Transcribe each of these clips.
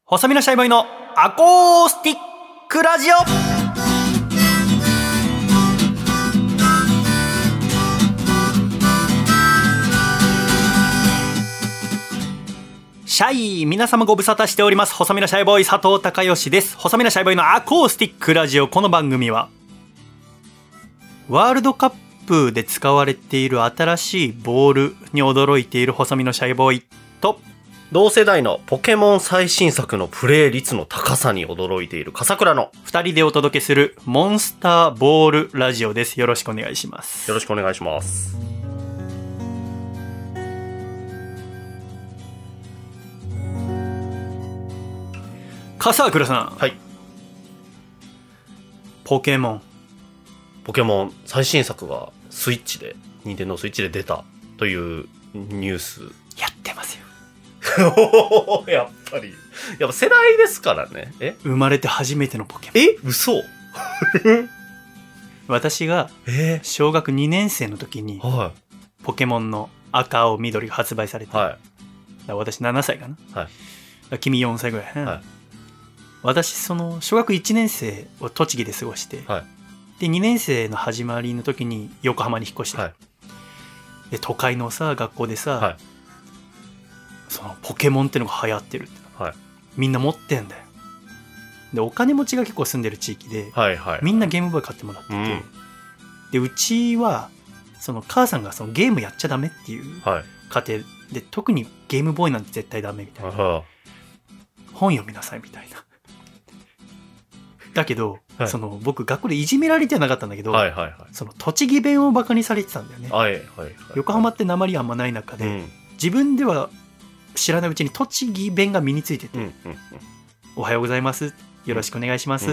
細身のシャイボーイのアコースティックラジオ。シャイ皆様ご無沙汰しております。細身のシャイボーイ佐藤孝義です。細身のシャイボーイのアコースティックラジオ。この番組はワールドカップで使われている新しいボールに驚いている細身のシャイボーイと、 同世代のポケモン最新作のプレイ率の高さに驚いている笠倉の 2人でお届けするモンスターボールラジオです。よろしくお願いします。 よろしくお願いします。 笠倉さん、 はい。 ポケモン最新作がスイッチで、任天堂スイッチで出たというニュース。 やってますよ。 やっぱ世代ですからね。 生まれて初めてのポケモン。 嘘私が小学2年生の時にはポケモンの赤青緑が発売されて、 い。はだから私7歳かな、 はいだから君4歳ぐらい、 はい私その小学1年生を栃木で過ごして、 い。はい。 で2年生の始まりの時に横浜に引っ越して、 はい。 で都会のさ学校でさ、 はい。 そのポケモンってのが流行ってるって、 はい。 みんな持ってんだよ。でお金持ちが結構住んでる地域で、 はい。はい。 みんなゲームボーイ買ってもらってて、 うんでうちはその母さんがそのゲームやっちゃダメっていうはい。 家庭で、特にゲームボーイなんて絶対ダメみたいな、 は本読みなさいみたいな。だけど、 はいその僕学校でいじめられてはなかったんだけど、 い。はい。はい。 その栃木弁をバカにされてたんだよね。 はい。はい。 横浜って訛りあんまない中で、 うん。 自分では知らないうちに栃木弁が身についてて、 うん。うん。 おはようございます、よろしくお願いしますって、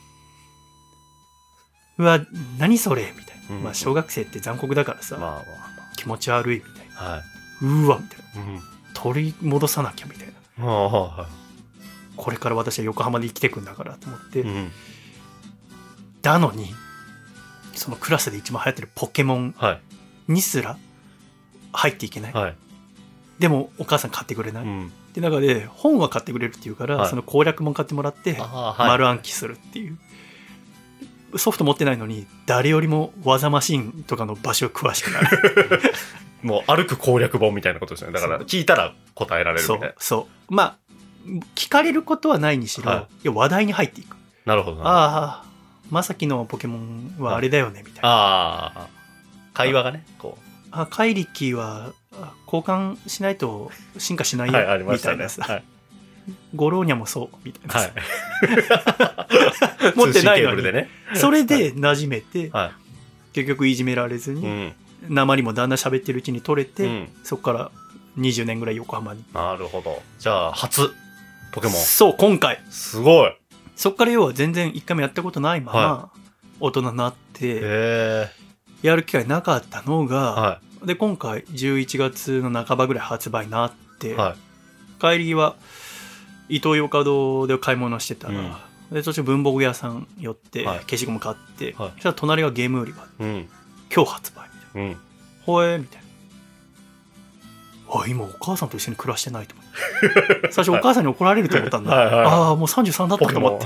うわ何それみたいな、 うんまあ小学生って残酷だからさ、 まあまあ気持ち悪いみたいな、 まあ。はい。 うわみたいな、 うん。 取り戻さなきゃみたいな、 はこれから私は横浜で生きてくんだからと思って、 い。うん。 だのにそのクラスで一番流行ってるポケモンはい。 にすら入っていけない、 はい。 でもお母さん買ってくれない、 うん。 って中で本は買ってくれるって言うから、 はいその攻略本買ってもらってあーはい。 丸暗記するっていう、ソフト持ってないのに誰よりも技マシンとかの場所詳しくなるもう歩く攻略本みたいなことですね。だから聞いたら答えられるみたいな。 そうまあ聞かれることはないにしろ、 はいいや話題に入っていく。 なるほどな。 ああまさきのポケモンはあれだよねみたいな、 ああ。会話がね、こあ怪力は交換しないと進化しなう。 いよ、 はい、ありまみしたね。 たいなさ、 はい。 ゴローニャもそうみたいなさ、 はい。 持ってないのに通信ケーブルでね。 それで馴染めて、 は結局いじめられずい。うに、 ん。 鉛もだんだん喋ってるうちに取れて、 うん。 そこから20年ぐらい横浜に。 なるほど。じゃあ、初、ポケモン。 そう今回すごい。 そっから要は全然一回もやったことないまま、大人になってへえ。 やる機会なかったのが、 はで今回11月の半ばぐらい発売になって、 い。は帰りはイトーヨーカドーで買い物してたら、で途中文房具屋さん寄って、 はい消しゴム買って、 はいそしたら隣がゲーム売り場、 い。うん。 今日発売みたいな、 うん。 ほえーみたいな。あ今お母さんと一緒に暮らしてないと思って最初お母さんに怒られると思ったんだはいはいああもう33だったと思って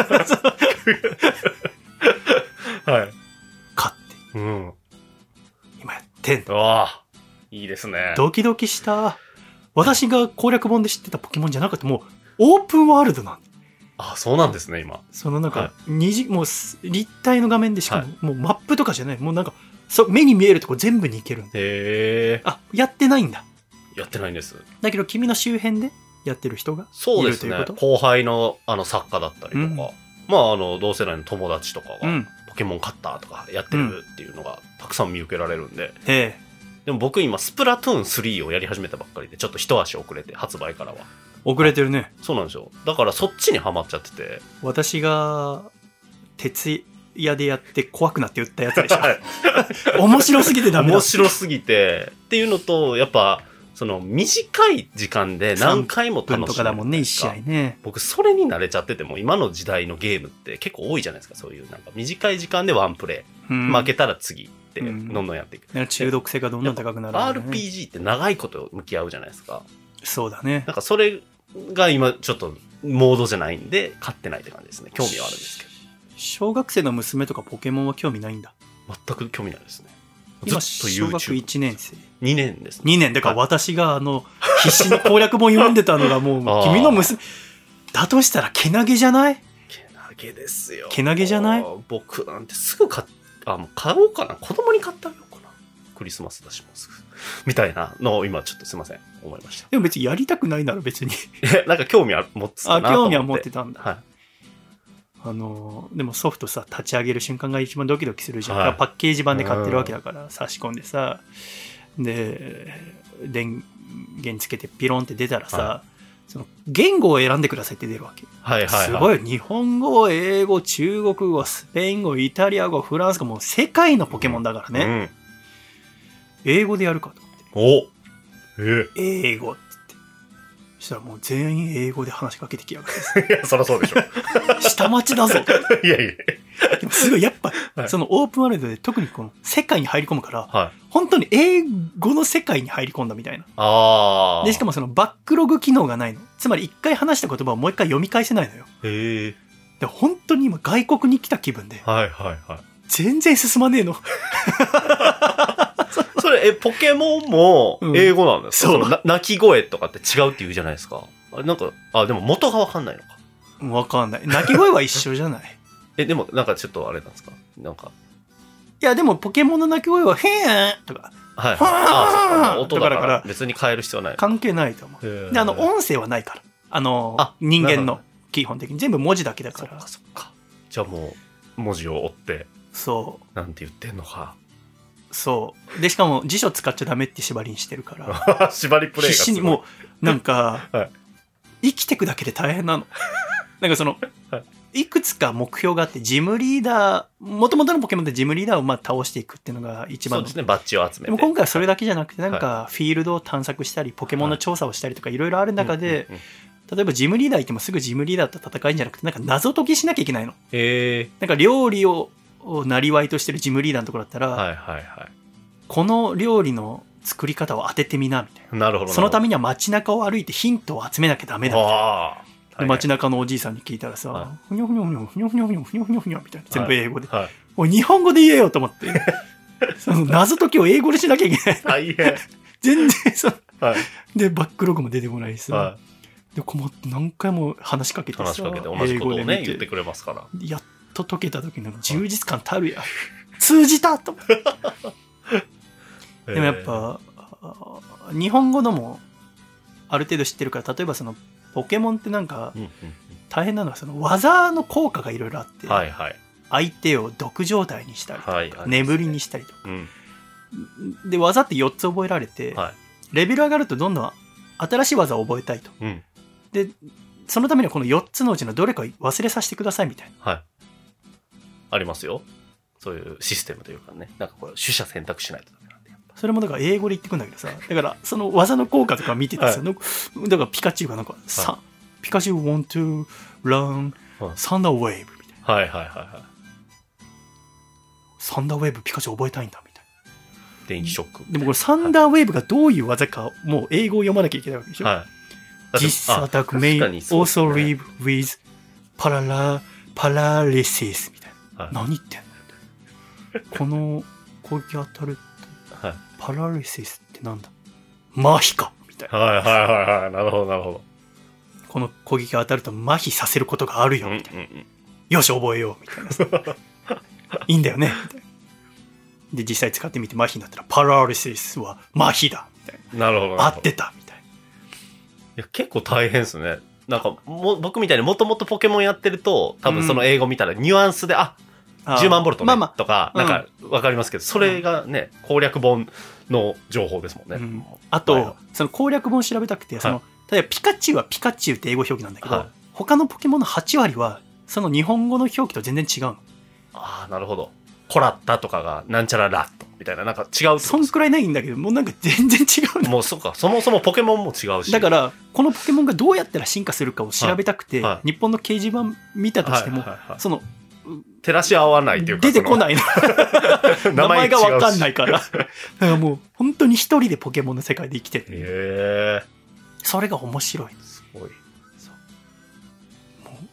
はい。 買ってうん。 今やってんの。 うわあ。いいですね。 ドキドキした。私が攻略本で知ってたポケモンじゃなくてもうオープンワールドなんだ。 あ、そうなんですね、今。 そのなんかはもう立体の画面でしかも、 はいもうマップとかじゃないもうなんか目に見えるとこ全部に行けるんだ。 へえ。 あやってないんだ。 やってないんです。 だけど君の周辺でやってる人がそうですね。 いるということ。 後輩の作家だったりとか、 うんまあ同世代の友達とかが、 うんポケモン買ったとかやってるっていうのがたくさん見受けられるんで、 ええでも僕今スプラトゥーン3をやり始めたばっかりでちょっと一足遅れて発売からは遅れてるね。 そうなんですよ。だからそっちにハマっちゃってて私が徹夜でやって怖くなって売ったやつでしょ面白すぎてダメだ。 面白すぎてっていうのとやっぱその短い時間で何回も楽しめる分とかだもんね、一試合ね。 僕それに慣れちゃってても今の時代のゲームって結構多いじゃないですか。そういうなんか短い時間でワンプレイ、 うん負けたら次ってどうんんどんやっていく、 中毒性がどんどん高くなる、ね。 RPG って長いこと向き合うじゃないですか。 そうだね。 なんかそれが今ちょっとモードじゃないんで、買ってないって感じですね。興味はあるんですけど。 小学生の娘とかポケモンは興味ないんだ。 全く興味ないですね。 今、 ずっと小学 YouTube。 1年生。 2年ですね。 2年。だから私が必死に攻略本読んでたのがもう、君の娘、だとしたらけなげじゃない？ けなげですよ。 けなげじゃない？ 僕なんてすぐもう買おうかな。子供に買ってあげようかな。クリスマスだしもうすぐ。みたいなのを今ちょっとすいません、思いました。 でも別にやりたくないなら別に。 なんか興味持ってたなと思って。 興味は持ってたんだ。 はい。 でもソフトさ、立ち上げる瞬間が一番ドキドキするじゃん。 はいパッケージ版で買ってるわけだから、差し込んでさ、で、電源つけてピロンって出たらさ、 はその言語を選んでくださいって出るわけ。 はいはいはい。 すごい。日本語、英語、中国語、スペイン語、イタリア語、フランス語、もう世界のポケモンだからね。英語でやるかと思って。英語って言って。そしたらもう全員英語で話しかけてきやがって。 いや、そりゃそうでしょ。 下町だぞ。 いやいや。 でもすごい、やっぱ、 はい、 そのオープンワールドで特にこの世界に入り込むから、 はい、 本当に英語の世界に入り込んだみたいな。で、しかもそのバックログ機能がないの。つまり一回話した言葉をもう一回読み返せないのよ。 へえ。 で、本当に今外国に来た気分で。 はいはいはい。 全然進まねえの。 それ、ポケモンも英語なんですか？ そう。 その鳴き声とかって違うって言うじゃないですか。なんか、でも元がわかんないのか。 わかんない。鳴き声は一緒じゃない。 でもなんかちょっとあれなんですか？なんか。 いや、でもポケモンの鳴き声は、へーとか。 はい。 そっか。 音だから別に変える必要ない。 関係ないと思う。で、音声はないから。人間の基本的に。全部文字だけだから。 そっか。じゃあもう、文字を追って。 そう。 なんて言ってんのか。 そう。で、しかも辞書使っちゃダメって縛りにしてるから。 縛りプレイが必死にもう、なんか、 はい、 生きてくだけで大変なの。なんかその、いくつか目標があって、ジムリーダー、もともとのポケモンでジムリーダーをまあ倒していくっていうのが一番の。 そうですね、バッジを集めて。 でも今回はそれだけじゃなくて、なんかフィールドを探索したり、ポケモンの調査をしたりとかいろいろある中で、例えばジムリーダー行ってもすぐジムリーダーと戦いんじゃなくて、なんか謎解きしなきゃいけないの。なんか料理をなりわいとしてるジムリーダーのところだったら、 はいはいはい、 この料理の作り方を当ててみな、みたいな。 なるほど。 そのためには街中を歩いてヒントを集めなきゃダメだみたいな。で街中のおじいさんに聞いたらさ、ふにょふにょふにょふにょふにょふにょふにょふにょふにょみたいな。全部英語で。おい、日本語で言えよと思って。その謎解きを英語でしなきゃいけない。 大変。 全然さ、で、バックログも出てこないしさ。で、困って何回も話しかけてさ。 話しかけて同じことをね、言ってくれますから。 やっと解けた時の充実感たるや。通じたと思って。でもやっぱ、日本語のもある程度知ってるから、例えばそのポケモンってなんか大変なのはその技の効果がいろいろあって、相手を毒状態にしたりとか、眠りにしたりとか、で技って4つ覚えられて、レベル上がるとどんどん新しい技を覚えたいと、でそのためにはこの4つのうちのどれか忘れさせてくださいみたいな、 ありますよ、そういうシステムというかね。なんかこれ取捨選択しないとダメなんで。 それもだから英語で言ってくんだけどさ、だからその技の効果とか見ててさ、だからピカチュウがなんか、ピカチュウ want to learn thunder wave みたいな。サンダーウェーブピカチュウ覚えたいんだみたいな。 電気ショック。 でもこれサンダーウェーブがどういう技かもう英語を読まなきゃいけないわけでしょ。This attack may also leave with paralysis みたいな。何言ってんのこの攻撃当たるって、パラリシスってなんだ、麻痺かみたいな。 なるほどなるほど。 この攻撃が当たると麻痺させることがあるよみたいな。よし覚えようみたいな。いいんだよねみたいな。で実際使ってみて麻痺になったらパラリシスは麻痺だみたいな。 なるほど。 合ってたみたいな。いや結構大変ですね。なんか僕みたいにもともとポケモンやってると多分その英語見たらニュアンスで10万ボルトねとかなんかわかりますけど、それがね攻略本の情報ですもんね。 あとその攻略本を調べたくて、その例えばピカチュウはピカチュウって英語表記なんだけど、他のポケモンの8割はその日本語の表記と全然違うの。 なるほど。コラッタとかがなんちゃらラットみたいななんか違う。 そんくらいないんだけど、もうなんか全然違うの。 もうそうか、そもそもポケモンも違うし。 だからこのポケモンがどうやったら進化するかを調べたくて、日本の掲示板見たとしても、その照らし合わないというか出てこないの。名前が分かんないから。だからもう本当に一人でポケモンの世界で生きてる。それが面白い。 すごい。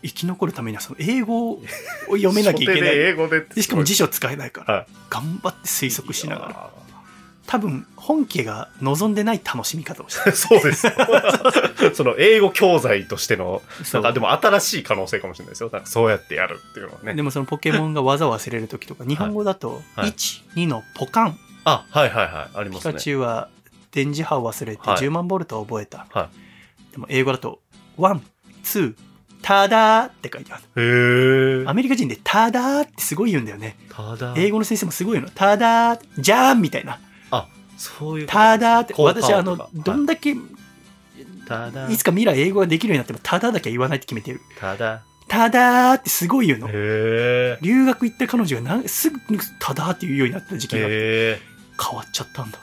生き残るためにはその英語を読めなきゃいけない。 英語でしかも辞書使えないから、 はい、 頑張って推測しながら。多分本家が望んでない楽しみ方をしてる。 そうです。その英語教材としてのなんかでも新しい可能性かもしれないですよ。なんかそうやってやるっていうのはね。 でもそのポケモンが技を忘れる時とか日本語だと1、2のポカン。 あ、はいはいはい、ありますね。 ピカチュウは電磁波を忘れて10万ボルトを覚えた。 はい、 でも英語だと1、2、ただーって書いてある。 へー。 アメリカ人でただーってすごい言うんだよね。 ただ。 英語の先生もすごいの。ただー、じゃーんみたいな。 あ、そういう。 ただーって。私どんだけ、 ただ。 いつか未来英語ができるようになってもただだけは言わないって決めてる。 ただ。 ただーってすごい言うの。 へー。 留学行った彼女がすぐただーって言うようになった時期があって。変わっちゃったんだ。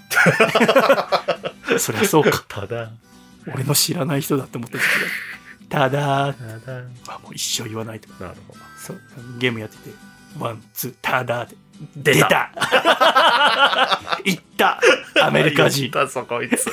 そりゃそうか。 ただ。 俺の知らない人だって思った時期が。ただー。 ただ。 もう一生言わないと。 なるほど。 そうゲームやっててワンツーただって出た行ったアメリカ人。 行ったそこいつ。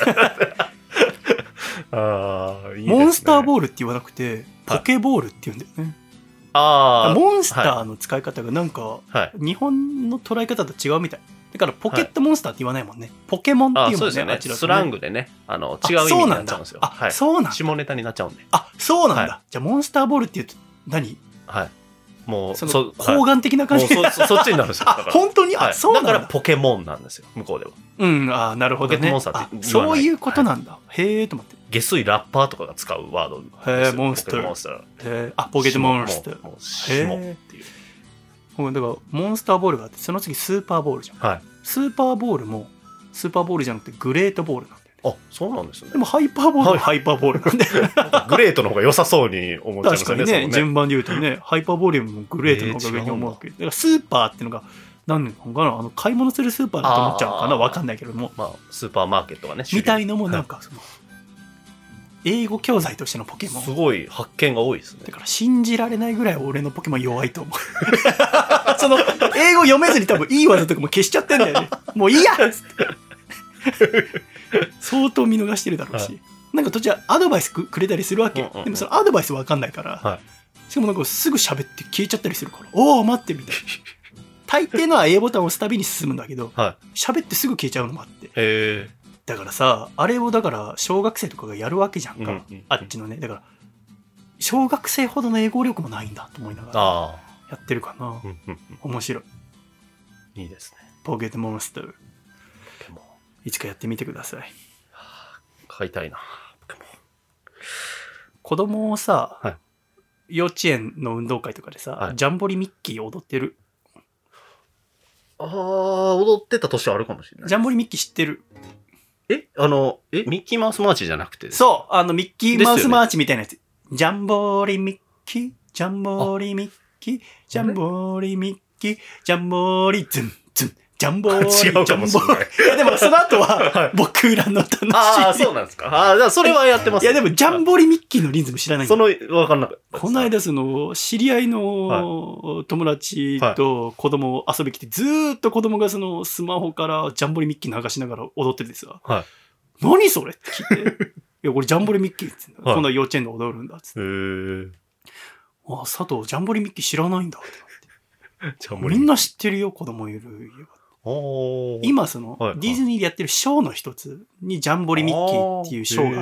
ああ、いいですね。 モンスターボールって言わなくてポケボールって言うんだよね。 ああ、 モンスターの使い方がなんか、はい、日本の捉え方と違うみたい。だからポケットモンスターって言わないもんね。はい、ポケモンっていうもんね。 そうですよね。スラングでね、違う意味になっちゃうんですよ。 あ、そうなんだ。 下ネタになっちゃうんで。 あ、そうなんだ。じゃあモンスターボールって言うと何？ はい。もうその睾丸的な感じで、 そっちになるんですよ。 あ、本当に、あ、そうなんだ。 だからポケモンなんですよ、向こうでは。 うん、あ、なるほどね。 ポケットモンスターって言わない。 そういうことなんだ。へえと思って。 下水ラッパーとかが使うワード。 へえ、モンスター。へえ、あ、ポケットモンスター。 へえ。っていう。 だからモンスターボールがあって、その次スーパーボールじゃん。 はい。 スーパーボールもスーパーボールじゃなくてグレートボールなんだよね。 あ、そうなんですね。 でもハイパーボールはハイパーボールなんで。 グレートの方が良さそうに思っちゃいますよね。 確かにね、順番で言うとね、ハイパーボールよりもグレートの方が上に思うわけ。だからスーパーっていうのが何なのかな、買い物するスーパーだと思っちゃうのかな、わかんないけども。 まあ、スーパーマーケットがね。 みたいのもなんかその、英語教材としてのポケモン。 すごい発見が多いですね。 だから信じられないぐらい俺のポケモン弱いと思う。その、英語読めずに多分いい技とかも消しちゃってんだよね。もういいやっつって。相当見逃してるだろうし。はい、なんか途中アドバイスくれたりするわけ。でもそのアドバイスわかんないから。はい、しかもなんかすぐ喋って消えちゃったりするから。おー待ってみたいな。大抵のは A ボタンを押すたびに進むんだけど、喋ってすぐ消えちゃうのもあって。 へー。 だからさ、あれをだから小学生とかがやるわけじゃんか。あっちのね。だから小学生ほどの英語力もないんだと思いながらやってるかな。面白い。 いいですね。 ポケットモンスター。いつかやってみてください。 買いたいな。ポケモン。 子供をさ、 はい、 幼稚園の運動会とかでさ、はい、ジャンボリミッキー踊ってる。 踊ってた年はあるかもしれない。 ジャンボリミッキー知ってる？ ミッキーマウスマーチじゃなくて？ そう、ミッキーマウスマーチみたいなやつ。ね、ジャンボリミッキー、ジャンボリミッキー、ジャンボリミッキー、ジャンボリズンズン。ジャンボーリ違うかもしれない。 でもその後は僕らの楽しい。 ああ、そうなんですか。ああ、じゃあそれはやってます。 いやでもジャンボリミッキーのリズム知らないんだ。 わかんなかった。 この間知り合いの友達と子供遊び来て、ずーっと子供がスマホからジャンボリミッキー流しながら踊っててさ、 はい、 何それって聞いて、いやこれジャンボリミッキーって言うんだ、はい、今度は幼稚園で踊るんだっつって。あ、佐藤ジャンボリミッキー知らないんだってなって。みんな知ってるよ、子供いる家が。今ディズニーでやってるショーの一つにジャンボリミッキーっていうショーがあって、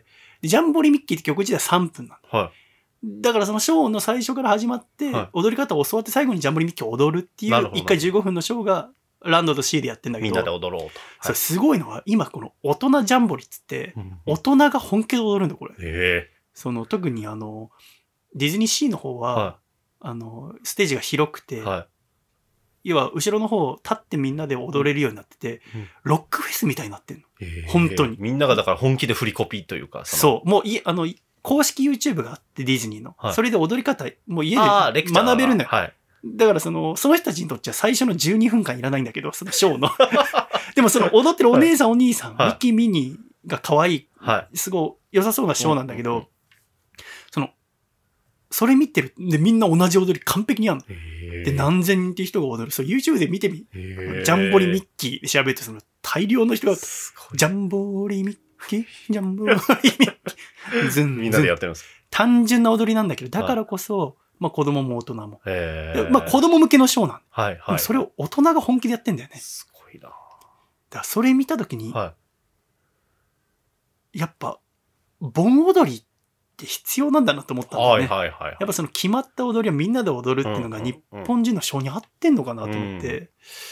ジャンボリミッキーって曲自体3分なんだ、 はい、 だからそのショーの最初から始まって、はい、踊り方を教わって最後にジャンボリミッキーを踊るっていう1回15分のショーがランドとシーでやってんだけど、 みんなで踊ろうと、はい、 それすごいのは今この大人ジャンボリっつって、大人が本気で踊るんだこれ。特にディズニーシーの方は、はい、ステージが広くて、はい、要は後ろの方立ってみんなで踊れるようになってて、ロックフェスみたいになってんの。本当に。 みんながだから本気で振りコピーというか。 そう。もう公式 YouTube があってディズニーの。はい、それで踊り方、もう家で学べるんだよ。はい、だからその人たちにとっては最初の12分間いらないんだけど、そのショーの。でも踊ってるお姉さん、はい、お兄さん、ミッキーミニーが可愛い、はい、すごい良さそうなショーなんだけど、それ見てる。で、みんな同じ踊り完璧にやるの。で、何千人っていう人が踊る。そう、YouTube で見てみ。ジャンボリミッキーで調べて、大量の人が、ジャンボリミッキー、ジャンボリミッキー。 みんなでやってます。 単純な踊りなんだけど、だからこそ、まあ子供も大人も。まあ子供向けのショーなんだ。 はいはい。 それを大人が本気でやってんだよね。 すごいな。 だからそれ見たときに、やっぱ、盆踊りって必要なんだなと思ったんだよね。はいはいはい。やっぱその決まった踊りをみんなで踊るっていうのが日本人のショーに合ってんのかなと思って、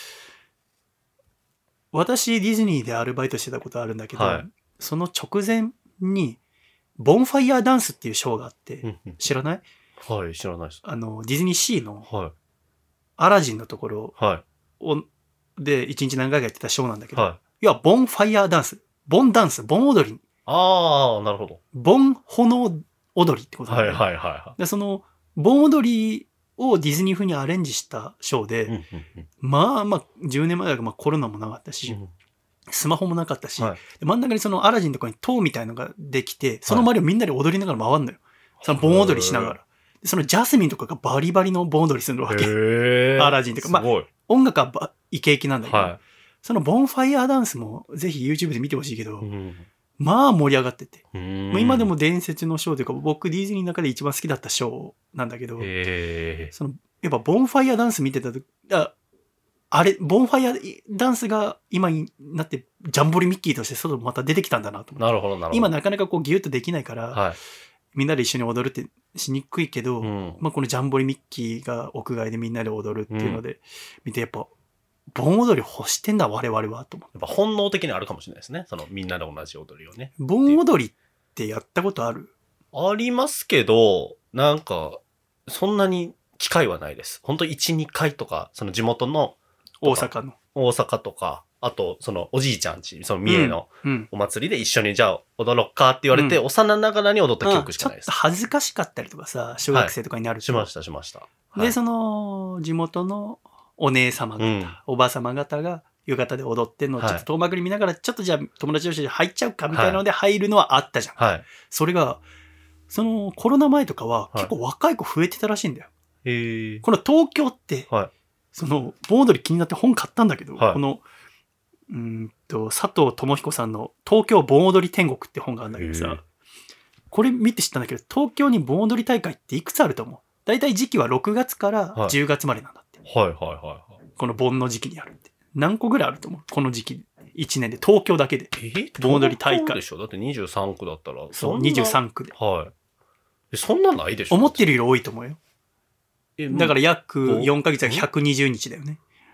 私ディズニーでアルバイトしてたことあるんだけど、その直前に、ボンファイヤーダンスっていうショーがあって、知らない？ はい、知らないです。 ディズニーシーの、アラジンのところで一日何回かやってたショーなんだけど、要はボンファイヤーダンス、ボンダンス、ボン踊り。 ああ、なるほど。 ボン炎踊りってことなんだよね。はいはいはい。で、その、ボン踊りをディズニー風にアレンジしたショーで、まあまあ、10年前だからまあコロナもなかったし、スマホもなかったし、真ん中にそのアラジンのところに塔みたいのができて、その周りをみんなで踊りながら回るのよ。その盆踊りしながら。そのジャスミンとかがバリバリの盆踊りするわけ。アラジンとか。まあ、音楽はイケイケなんだけど、そのボンファイヤーダンスもぜひ YouTube で見てほしいけど、まあ盛り上がってて。今でも伝説のショーというか、僕ディズニーの中で一番好きだったショーなんだけど、そのやっぱボンファイヤーダンス見てたとき、あれ、ボンファイヤーダンスが今になってジャンボリミッキーとして外また出てきたんだなと思って。なるほど、なるほど。今なかなかこうギュッとできないから、みんなで一緒に踊るってしにくいけど、まあこのジャンボリミッキーが屋外でみんなで踊るっていうので、見てやっぱ、盆踊り欲してんだ我々はと思って。 やっぱ本能的にあるかもしれないですね。そのみんなで同じ踊りをね。 盆踊りってやったことある？ ありますけど、なんか、そんなに機会はないです。本当1、2回とか、その地元の、 大阪とか、あと、そのおじいちゃんち、その三重のお祭りで一緒にじゃあ踊ろっかって言われて、幼ながらに踊った記憶しかないです。 ちょっと恥ずかしかったりとかさ、小学生とかになると、 しました。 で、その、地元のお姉様方、おば様方が浴衣で踊ってんのをちょっと遠まくり見ながら、ちょっとじゃあ友達同士で入っちゃうかみたいなので入るのはあったじゃん。それが、そのコロナ前とかは結構若い子増えてたらしいんだよ。この東京って、その、盆踊り気になって本買ったんだけど、この、佐藤智彦さんの東京盆踊り天国って本があるんだけどさ、これ見て知ったんだけど、東京に盆踊り大会っていくつあると思う？だいたい時期は6月から10月までなんだって。この盆の時期にあるって。何個ぐらいあると思う？この時期。1年で、東京だけで。盆踊り大会。 でしょ？だって23区だったら。 そう、23区で。 そんなないでしょ？ 思ってるより多いと思うよ。だから約4ヶ月は120日だよね。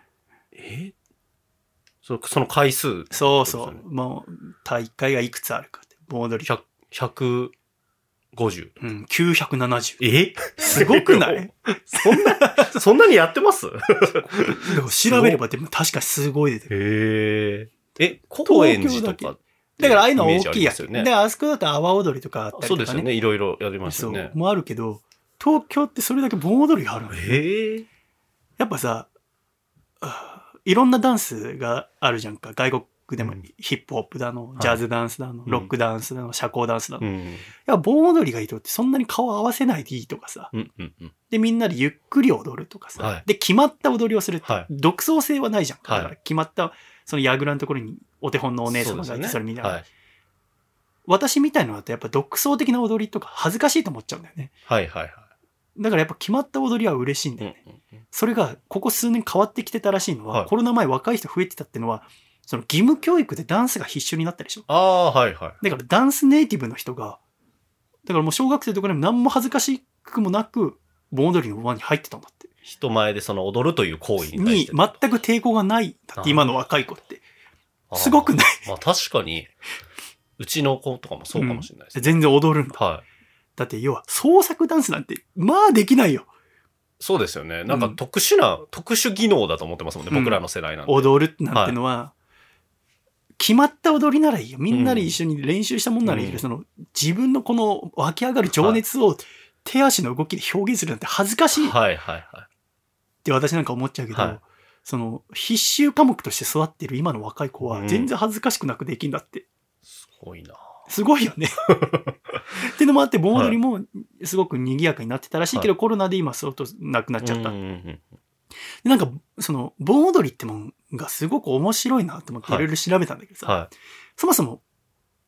その回数。 そうそう。もう、大会がいくつあるかって。盆踊り。 150。 970。すごくない？ そんなにやってます？ 調べればでも確かすごい出てる。 高円寺とか。 だからああいうの大きいやつ。で、あそこだと阿波踊りとかあったりとかね。 そうですよね。いろいろやりますよね。 もあるけど、東京ってそれだけ盆踊りがあるの。やっぱさ、いろんなダンスがあるじゃんか。外国でもヒップホップだの、ジャズダンスだの、ロックダンスだの、社交ダンスだの。やっぱ盆踊りがいいとってそんなに顔合わせないでいいとかさ。で、みんなでゆっくり踊るとかさ。で、決まった踊りをするって。独創性はないじゃんか。だから決まった、その櫓のところにお手本のお姉様がいて、それみんな。私みたいなのだとやっぱ独創的な踊りとか恥ずかしいと思っちゃうんだよね。だからやっぱ決まった踊りは嬉しいんだよね。それがここ数年変わってきてたらしいのは、コロナ前若い人増えてたっていうのは、その義務教育でダンスが必修になったでしょ。だからダンスネイティブの人が、だからもう小学生とかでも何も恥ずかしくもなく、盆踊りの輪に入ってたんだって。 人前でその踊るという行為に対して。 に全く抵抗がないんだって、今の若い子って。すごくない？ 確かに、うちの子とかもそうかもしれないですね。 全然踊るんだ。だって要は創作ダンスなんて、まあできないよ。 そうですよね。なんか特殊技能だと思ってますもんね、僕らの世代なんで。 踊るなんてのは、決まった踊りならいいよ。みんなで一緒に練習したもんならいいけど、その自分のこの湧き上がる情熱を手足の動きで表現するなんて恥ずかしい。って私なんか思っちゃうけど、その必修科目として育っている今の若い子は全然恥ずかしくなくできんだって。 すごいな。 すごいよね。っていうのもあって、盆踊りもすごく賑やかになってたらしいけど、コロナで今そうとなくなっちゃった。なんか、その、盆踊りってもんがすごく面白いなと思っていろいろ調べたんだけどさ、そもそも、いや、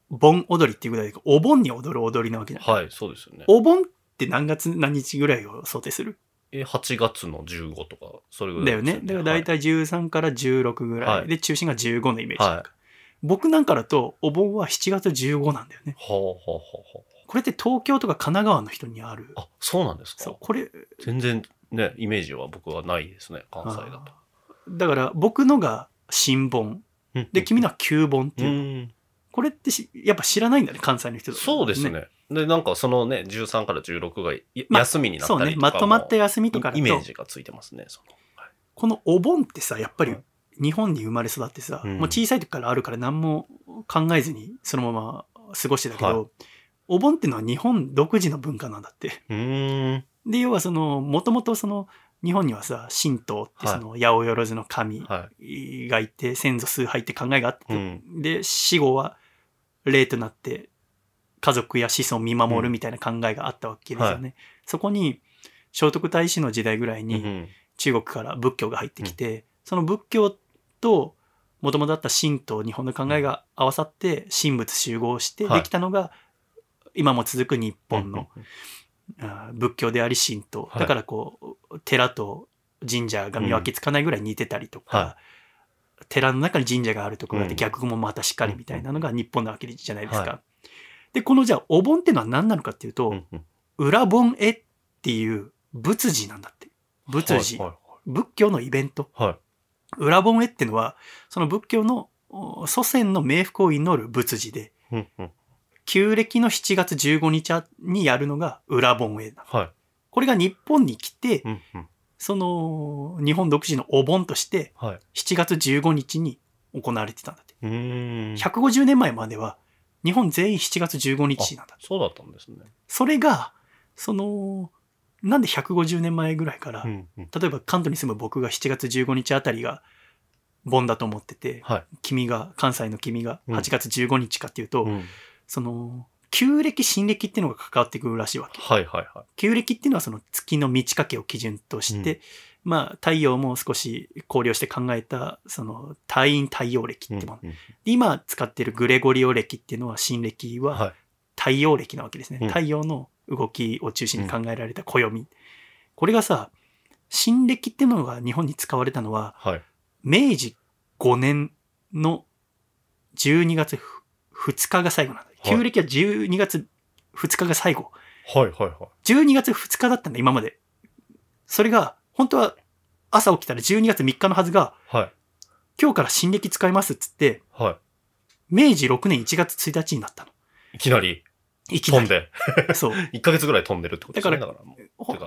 盆踊りっていうぐらいで、お盆に踊る踊りなわけじゃない。 はい、そうですよね。 お盆って何月何日ぐらいを想定する ？8月の15とか、それぐらいだよね。だから大体13から16ぐらい、はい、で、中心が15のイメージ、はい。僕なんかだと、お盆は7月15なんだよね。これって東京とか神奈川の人にある。 あ、そうなんですか。 そう、これ。 全然ね、イメージは僕はないですね、関西だと。 だから僕のが新盆。で、君のは旧盆っていうの。これってやっぱ知らないんだね、関西の人だと、ね。 そうですね。で、なんかそのね、13から16が休みになったりとか、そうね、 まとまった休みとかだとイメージがついてますね。 はい、このお盆ってさ、やっぱり日本に生まれ育ってさ、もう小さい時からあるから何も考えずにそのまま過ごしてたけど、お盆っていうのは日本独自の文化なんだって。で、要はその、もともとその、日本にはさ、神道ってその、八百万の神がいて、先祖崇拝って考えがあって、で、死後は霊となって家族や子孫を見守るみたいな考えがあったわけですよね。そこに聖徳太子の時代ぐらいに中国から仏教が入ってきて、その仏教ともともとあった神道、日本の考えが合わさって神仏集合してできたのが今も続く日本の仏教であり神道。だからこう、寺と神社が見分けつかないぐらい似てたりとか、寺の中に神社があるところがあって逆もまたしっかりみたいなのが日本なわけじゃないですか。で、このじゃあお盆っていうのは何なのかっていうと、裏盆絵っていう仏事なんだって。仏事。仏教のイベント。裏盆絵っていうのは、その仏教の祖先の冥福を祈る仏事で、旧暦の7月15日にやるのが裏盆絵なの。これが日本に来て、その日本独自のお盆として7月15日に行われてたんだって。150年前までは日本全員7月15日なんだ。 そうだったんですね。 それがそのなんで150年前ぐらいから、例えば関東に住む僕が7月15日あたりが盆だと思ってて、関西の君が8月15日かっていうと、その旧暦新暦っていうのが関わってくるらしいわけ。旧暦っていうのはその月の満ち欠けを基準として、まあ太陽も少し考慮して考えたその太陰太陽暦ってもの、で今使っているグレゴリオ暦っていうのは新暦は太陽暦なわけですね。太陽の動きを中心に考えられた暦、これがさ、新暦っていうのが日本に使われたのは、明治5年の12月2日が最後なんだ。旧暦は12月2日が最後。12月2日だったんだ、今まで。それが、本当は朝起きたら12月3日のはずが、今日から新暦使いますっつって、明治6年1月1日になったの。 いきなり飛んで。そう。1ヶ月ぐらい飛んでるってことですね。だから、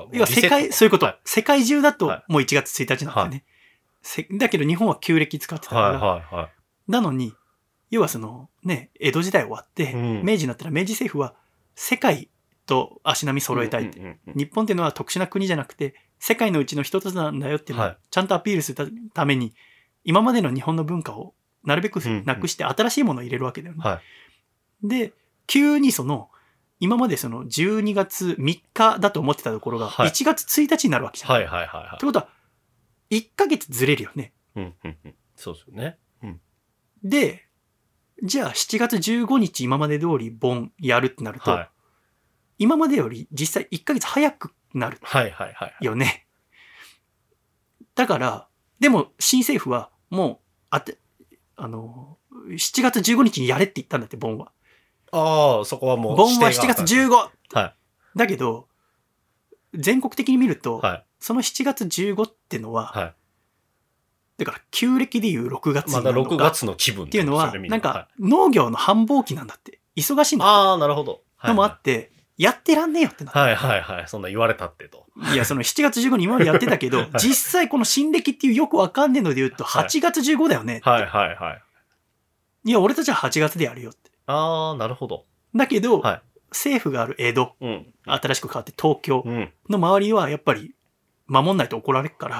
要は世界、そういうこと。世界中だともう1月1日なんだよね。だけど日本は旧暦使ってたから。なのに、要はそのね、江戸時代終わって、明治になったら明治政府は世界と足並み揃えたいって。日本っていうのは特殊な国じゃなくて、世界のうちの一つなんだよっていうのをちゃんとアピールするために、今までの日本の文化をなるべくなくして新しいものを入れるわけだよね。で、急にその、今までその12月3日だと思ってたところが1月1日になるわけじゃない。ってことは、1ヶ月ずれるよね。 そうですよね。 で、じゃあ7月15日今まで通り盆やるってなると、今までより実際1ヶ月早くなるよね。だから、でも新政府はもう、7月15日にやれって言ったんだって、盆は。 ああ、そこはもう。 盆は7月15。だけど、全国的に見ると、その7月15ってのは、だから旧暦でいう6月になるのか。 まだ6月の気分っていうのは、なんか農業の繁忙期なんだって。忙しいんだって。 ああ、なるほど。 のもあって、やってらんねえよってなって。そんな言われたってと。 いや、その7月15日今までやってたけど、実際この新暦っていうよくわかんねえので言うと、8月15だよね。いや、俺たちは8月でやるよって。 ああ、なるほど。 だけど、政府がある江戸、新しく変わって東京の周りはやっぱり守んないと怒られるから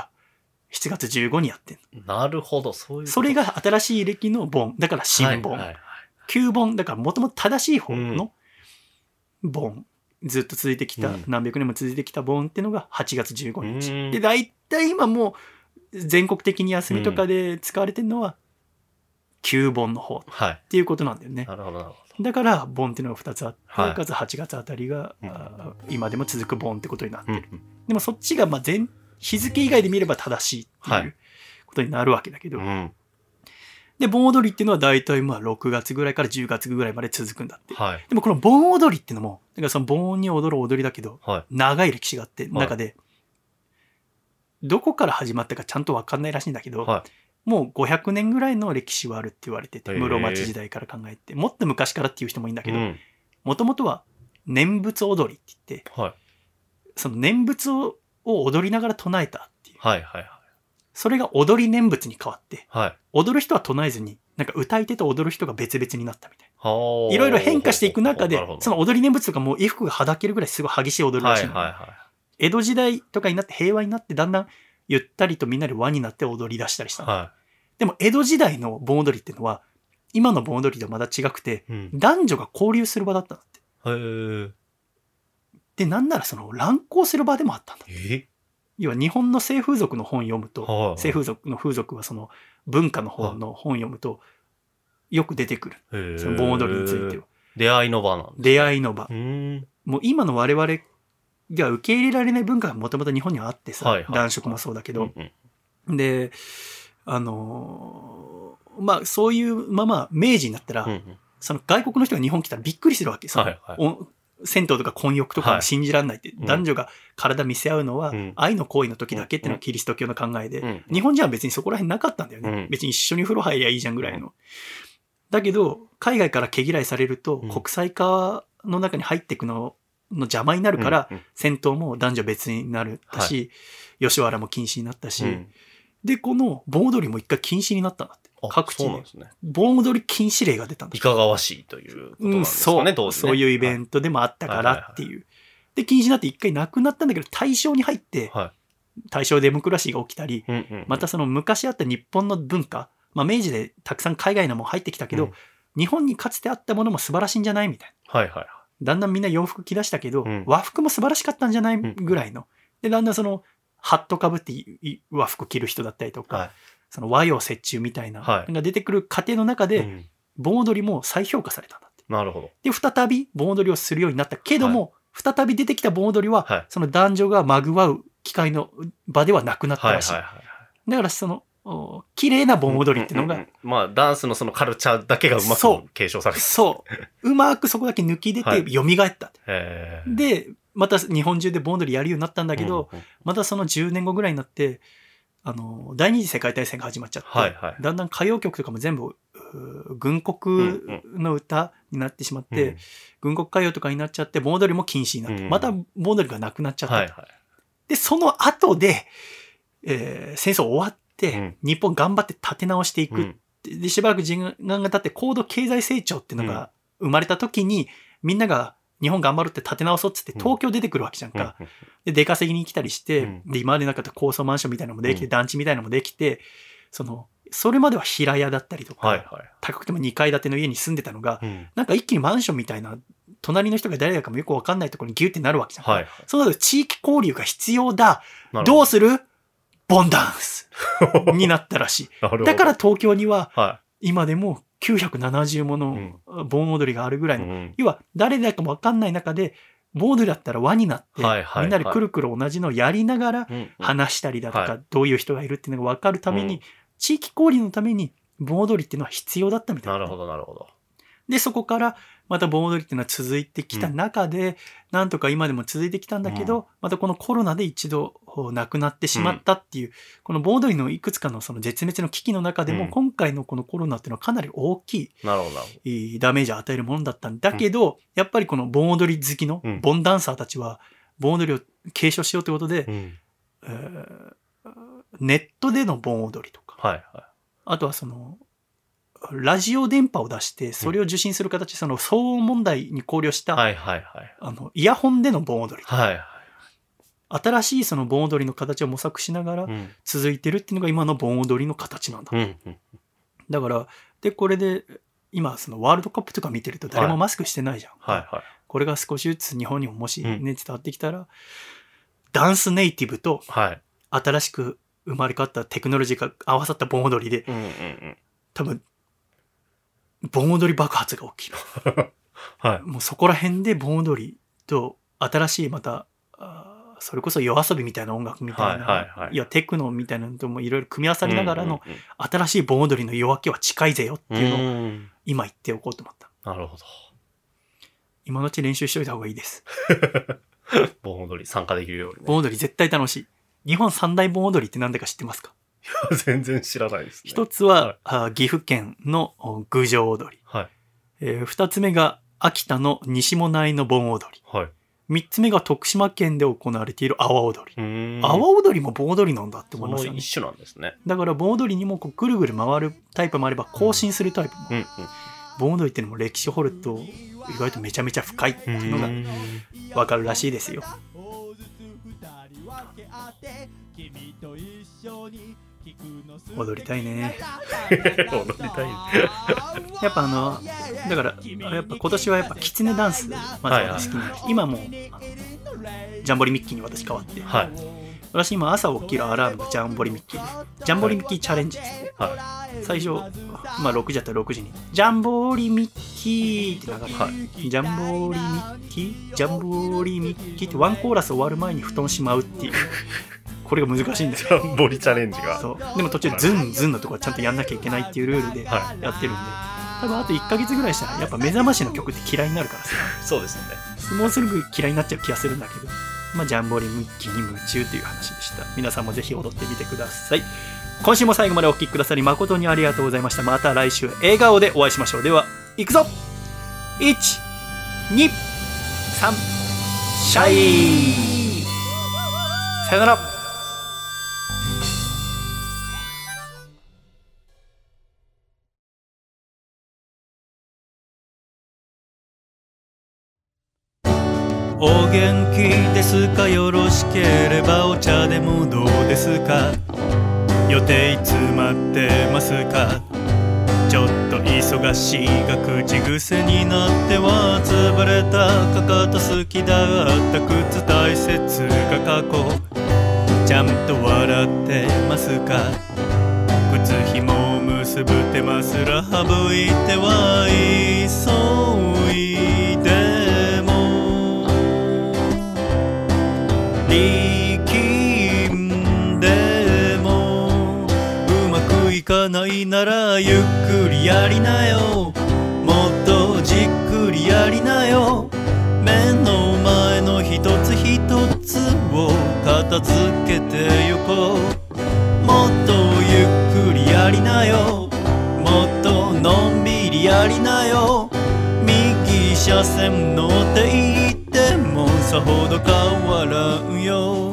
、7月15にやってんの。なるほど、そういう。 それが新しい暦の盆。だから新盆。旧盆。だからもともと正しい方の盆。ずっと続いてきた、何百年も続いてきた盆っていうのが8月15日。で、大体今もう全国的に休みとかで使われてるのは旧盆の方っていうことなんだよね。 なるほどなるほど。 だから盆っていうのが2つあって、 はいかつ8月あたりが、今でも続く盆ってことになってる。 うんうんでもそっちがまあ日付以外で見れば正しいっていうことになるわけだけど、で盆踊りっていうのは大体まあ6月ぐらいから10月ぐらいまで続くんだって。 はい、 でもこの盆踊りっていうのも、だからその盆に踊る踊りだけど、 はい、 長い歴史があって、中で、どこから始まったかちゃんと分かんないらしいんだけど、 はい、 もう500年ぐらいの歴史はあるって言われてて、室町時代から考えて、もっと昔からっていう人もいいんだけど、もともとは念仏踊りって言って、 はい、 その念仏を踊りながら唱えたっていう。 はいはいはい、それが踊り念仏に変わって、 はい、 踊る人は唱えずに、なんか歌い手と踊る人が別々になったみたいな。いろいろ変化していく中で、その踊り念仏とかもう衣服がはだけるぐらいすごい激しい踊りらしいの。はいはいはい、江戸時代とかになって平和になってだんだんゆったりとみんなで輪になって踊り出したりしたの。はい、でも江戸時代の盆踊りっていうのは今の盆踊りとはまだ違くて、男女が交流する場だったんだって。で、なんならその乱交する場でもあったんだって。要は日本の西風俗の本読むと、西風俗の風俗はその文化の方の本読むとよく出てくる。その盆踊りについては。 出会いの場なんですね。 出会いの場。もう今の我々が受け入れられない文化がもともと日本にはあってさ、男色もそうだけど。で、まあそういうまま明治になったら、その外国の人が日本来たらびっくりするわけ。銭湯とか混浴とかも信じられないって、男女が体見せ合うのは愛の行為の時だけっていうのはキリスト教の考えで、日本人は別にそこら辺なかったんだよね。別に一緒に風呂入りゃいいじゃんぐらいの。だけど、海外から毛嫌いされると、国際化の中に入っていくの邪魔になるから、銭湯も男女別になるし、吉原も禁止になったし、で、この盆踊りも一回禁止になったんだって。各地で盆踊り禁止令が出たんだ。 いかがわしいということなんですかね、当時ね。 そういうイベントでもあったからっていう。で、禁止になって一回なくなったんだけど、大正に入って、大正デモクラシーが起きたり、またその昔あった日本の文化、まあ明治でたくさん海外のも入ってきたけど、日本にかつてあったものも素晴らしいんじゃないみたいな。だんだんみんな洋服着出したけど、和服も素晴らしかったんじゃないぐらいの。で、だんだんその、ハットかぶって和服着る人だったりとか、その和洋折衷みたいなのが出てくる過程の中で、盆踊りも再評価されたんだって。 なるほど。 で、再び盆踊りをするようになったけども、再び出てきた盆踊りは、その男女がまぐわう機会の場ではなくなったらしい。だからその、綺麗な盆踊りっていうのが、 まあダンスのそのカルチャーだけがうまく継承されてそう。うまくそこだけ抜き出て蘇った。で、また日本中で盆踊りやるようになったんだけど、またその10年後ぐらいになって、第二次世界大戦が始まっちゃって、だんだん歌謡曲とかも全部、軍国の歌になってしまって、軍国歌謡とかになっちゃって、盆踊りも禁止になって、また盆踊りがなくなっちゃった。で、その後で、戦争終わって、日本頑張って立て直していく。で、しばらく時間が経って高度経済成長っていうのが生まれた時に、みんなが日本頑張るって立て直そうっつって東京出てくるわけじゃんか。で、出稼ぎに来たりして、で、今までなかった高層マンションみたいなのもできて、団地みたいなのもできて、それまでは平屋だったりとか、高くても2階建ての家に住んでたのが、なんか一気にマンションみたいな、隣の人が誰だかもよくわかんないところにギュってなるわけじゃんか。そうなると地域交流が必要だ。どうする？盆ダンスになったらしい。だから東京には、今でも970もの盆踊りがあるぐらいの、要は誰だかもわかんない中で、盆踊りだったら輪になって、みんなでくるくる同じのをやりながら話したりだとか、どういう人がいるっていうのがわかるために、地域交流のために盆踊りっていうのは必要だったみたいな。 なるほど、なるほど。 で、そこからまた盆踊りっていうのは続いてきた中で、なんとか今でも続いてきたんだけど、またこのコロナで一度亡くなってしまったっていう、この盆踊りのいくつかのその絶滅の危機の中でも、今回のこのコロナっていうのはかなり大きいダメージを与えるものだったんだけど、やっぱりこの盆踊り好きの盆ダンサーたちは、盆踊りを継承しようということで、ネットでの盆踊りとか、あとはその、ラジオ電波を出して、それを受信する形で、その騒音問題に考慮した、イヤホンでの盆踊り。新しいその盆踊りの形を模索しながら続いてるっていうのが今の盆踊りの形なんだ。だから、で、これで、今そのワールドカップとか見てると誰もマスクしてないじゃん。これが少しずつ日本にももしね、伝わってきたら、ダンスネイティブと、新しく生まれ変わったテクノロジーが合わさった盆踊りで、多分、 盆踊り爆発が起きる。 はい。 もうそこら辺で盆踊りと新しいまた、それこそ夜遊びみたいな音楽みたいな、 はいはいはい、 いやテクノみたいなのともいろいろ組み合わさりながらの新しい盆踊りの夜明けは近いぜよっていうのを今言っておこうと思った。 なるほど。 今のうち練習しといた方がいいです。 盆踊り参加できるように、ね。 盆踊り絶対楽しい。日本三大盆踊りって何だか知ってますか？ 全然知らないですね。 一つは、はい、岐阜県の郡上踊り。 はい。 二つ目が秋田の西馬音内の盆踊り。 はい。 三つ目が徳島県で行われている阿波踊り。阿波踊りも盆踊りなんだって思いますよね。 一種なんですね。 だから盆踊りにもこうぐるぐる回るタイプもあれば更新するタイプも。盆踊りっていうのも歴史を掘ると意外とめちゃめちゃ深いっていうのが分かるらしいですよ。踊りたいね。 踊りたいね。 やっぱだからやっぱ今年はやっぱキツネダンスまず私好きな、今もジャンボリミッキーに私変わって、 はい、 私今朝起きるアラームがジャンボリミッキーでジャンボリミッキーチャレンジですね、はい、最初、6時だったら6時にジャンボリミッキーって流れて、はい、ジャンボリミッキージャンボリミッキーってワンコーラス終わる前に布団しまうっていうこれが難しいんですよ。 ジャンボリチャレンジが。 そう。でも途中ズンズンのとこはちゃんとやんなきゃいけないっていうルールでやってるんで、多分あと1ヶ月ぐらいしたらやっぱ目覚ましの曲って嫌いになるからさ。 そうですよね。 もうすぐ嫌いになっちゃう気がするんだけど、ジャンボリミッキーに夢中という話でした。皆さんもぜひ踊ってみてください。今週も最後までお聴きくださり誠にありがとうございました。また来週笑顔でお会いしましょう。では、行くぞ !1、2、3、シャイさよなら。お元気ですか？よろしければお茶でもどうですか？予定いつまってますか？ちょっと忙しいが口癖になっては潰れたかかと好きだった靴大切が過去ちゃんと笑ってますか？靴紐結ぶ手間すら省いては急いでも力んでもうまくいかないならゆっくりやりなよもっとじっくりやりなよ目の前の一つ一つを片付けてゆこうもっとゆっくりやりなよもっとのんびりやりなよ右車線乗っていってもさほど変わらんよ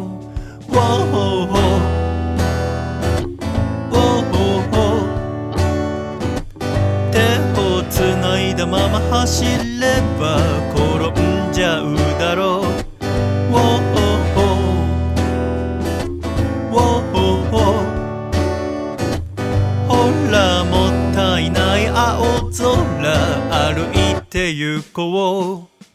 手をつないだまま走れば転んじゃうだろうほらもったいない青空歩いて行こう